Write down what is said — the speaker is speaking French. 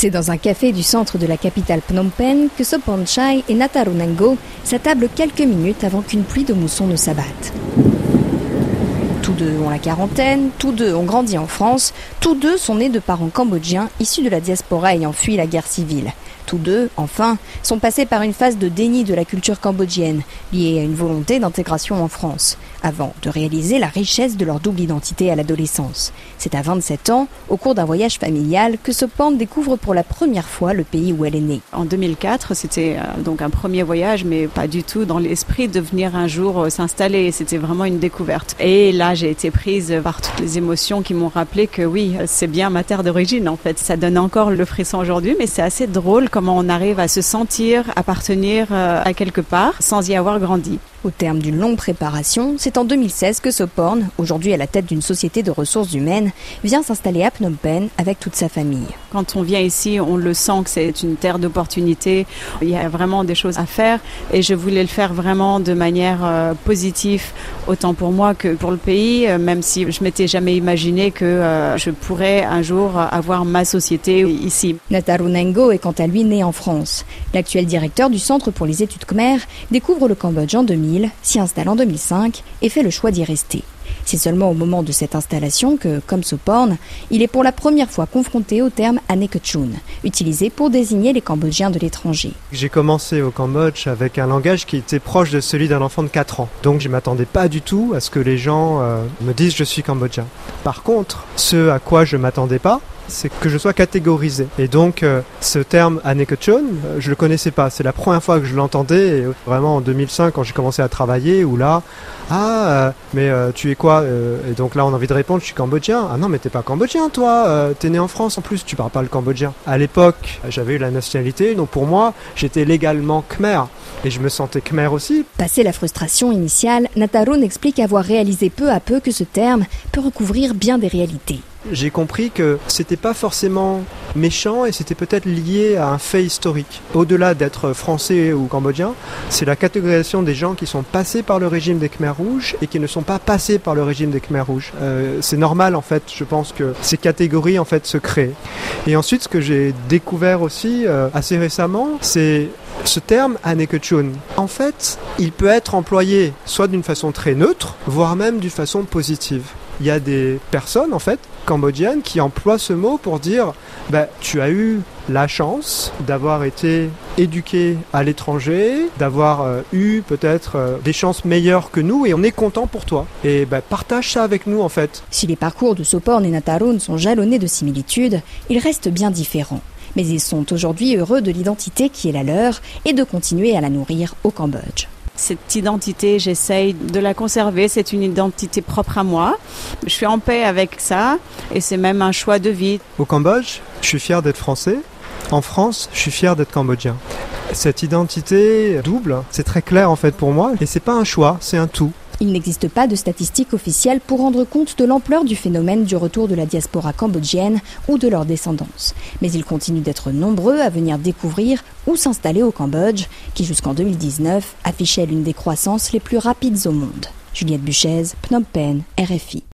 C'est dans un café du centre de la capitale Phnom Penh que Soporn Chai et Natharu s'attablent quelques minutes avant qu'une pluie de mousson ne s'abatte. Tous deux ont la quarantaine, tous deux ont grandi en France, tous deux sont nés de parents cambodgiens issus de la diaspora ayant fui la guerre civile. Tous deux, enfin, sont passés par une phase de déni de la culture cambodgienne, liée à une volonté d'intégration en France, avant de réaliser la richesse de leur double identité à l'adolescence. C'est à 27 ans, au cours d'un voyage familial, que Soporn découvre pour la première fois le pays où elle est née. En 2004, c'était donc un premier voyage, mais pas du tout dans l'esprit de venir un jour s'installer. C'était vraiment une découverte. Et là, j'ai été prise par toutes les émotions qui m'ont rappelé que oui, c'est bien ma terre d'origine en fait. Ça donne encore le frisson aujourd'hui, mais c'est assez drôle comment on arrive à se sentir appartenir à quelque part sans y avoir grandi. Au terme d'une longue préparation, c'est en 2016 que Soporn, aujourd'hui à la tête d'une société de ressources humaines, vient s'installer à Phnom Penh avec toute sa famille. Quand on vient ici, on le sent que c'est une terre d'opportunités. Il y a vraiment des choses à faire et je voulais le faire vraiment de manière positive, autant pour moi que pour le pays, même si je m'étais jamais imaginé que je pourrais un jour avoir ma société ici. Natharu est quant à lui né en France. L'actuel directeur du Centre pour les études khmer découvre le Cambodge en 2000, s'y installe en 2005 et fait le choix d'y rester. C'est seulement au moment de cette installation que, comme Soporn, il est pour la première fois confronté au terme Anekchun, utilisé pour désigner les Cambodgiens de l'étranger. J'ai commencé au Cambodge avec un langage qui était proche de celui d'un enfant de 4 ans. Donc je ne m'attendais pas du tout à ce que les gens me disent je suis cambodgien. Par contre, ce à quoi je ne m'attendais pas, c'est que je sois catégorisé. Et donc, ce terme Anekchun, je le connaissais pas. C'est la première fois que je l'entendais, et vraiment en 2005, quand j'ai commencé à travailler, où là, mais tu es quoi Et donc là, on a envie de répondre, je suis cambodgien. Ah non, mais t'es pas cambodgien, toi. T'es né en France, en plus, tu parles pas le cambodgien. À l'époque, j'avais eu la nationalité, donc pour moi, j'étais légalement khmer. Et je me sentais khmer aussi. Passé la frustration initiale, Natharu explique avoir réalisé peu à peu que ce terme peut recouvrir bien des réalités. J'ai compris que c'était pas forcément méchant et c'était peut-être lié à un fait historique. Au-delà d'être français ou cambodgien, c'est la catégorisation des gens qui sont passés par le régime des Khmers rouges et qui ne sont pas passés par le régime des Khmers rouges. C'est normal en fait, je pense que ces catégories en fait se créent. Et ensuite, ce que j'ai découvert aussi assez récemment, c'est ce terme Anekchun. En fait, il peut être employé soit d'une façon très neutre, voire même d'une façon positive. Il y a des personnes, en fait, cambodgiennes, qui emploient ce mot pour dire tu as eu la chance d'avoir été éduqué à l'étranger, d'avoir eu peut-être des chances meilleures que nous et on est content pour toi. Et partage ça avec nous, en fait. Si les parcours de Soporn et Natharu sont jalonnés de similitudes, ils restent bien différents. Mais ils sont aujourd'hui heureux de l'identité qui est la leur et de continuer à la nourrir au Cambodge. Cette identité, j'essaye de la conserver. C'est une identité propre à moi. Je suis en paix avec ça et c'est même un choix de vie. Au Cambodge, je suis fier d'être français. En France, je suis fier d'être cambodgien. Cette identité double, c'est très clair en fait pour moi et c'est pas un choix, c'est un tout. Il n'existe pas de statistiques officielles pour rendre compte de l'ampleur du phénomène du retour de la diaspora cambodgienne ou de leur descendance. Mais ils continuent d'être nombreux à venir découvrir ou s'installer au Cambodge, qui jusqu'en 2019 affichait l'une des croissances les plus rapides au monde. Juliette Buchez, Phnom Penh, RFI.